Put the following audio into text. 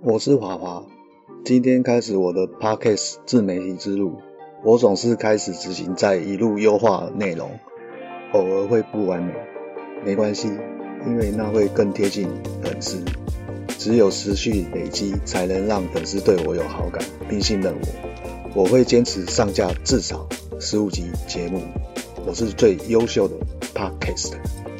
我是华华，今天开始我的 Podcast 自媒体之路。我总是开始执行在一路优化内容，偶尔会不完美，没关系，因为那会更贴近粉丝。只有持续累积，才能让粉丝对我有好感，并信任我。我会坚持上架至少15集节目，我是最优秀的 Podcast。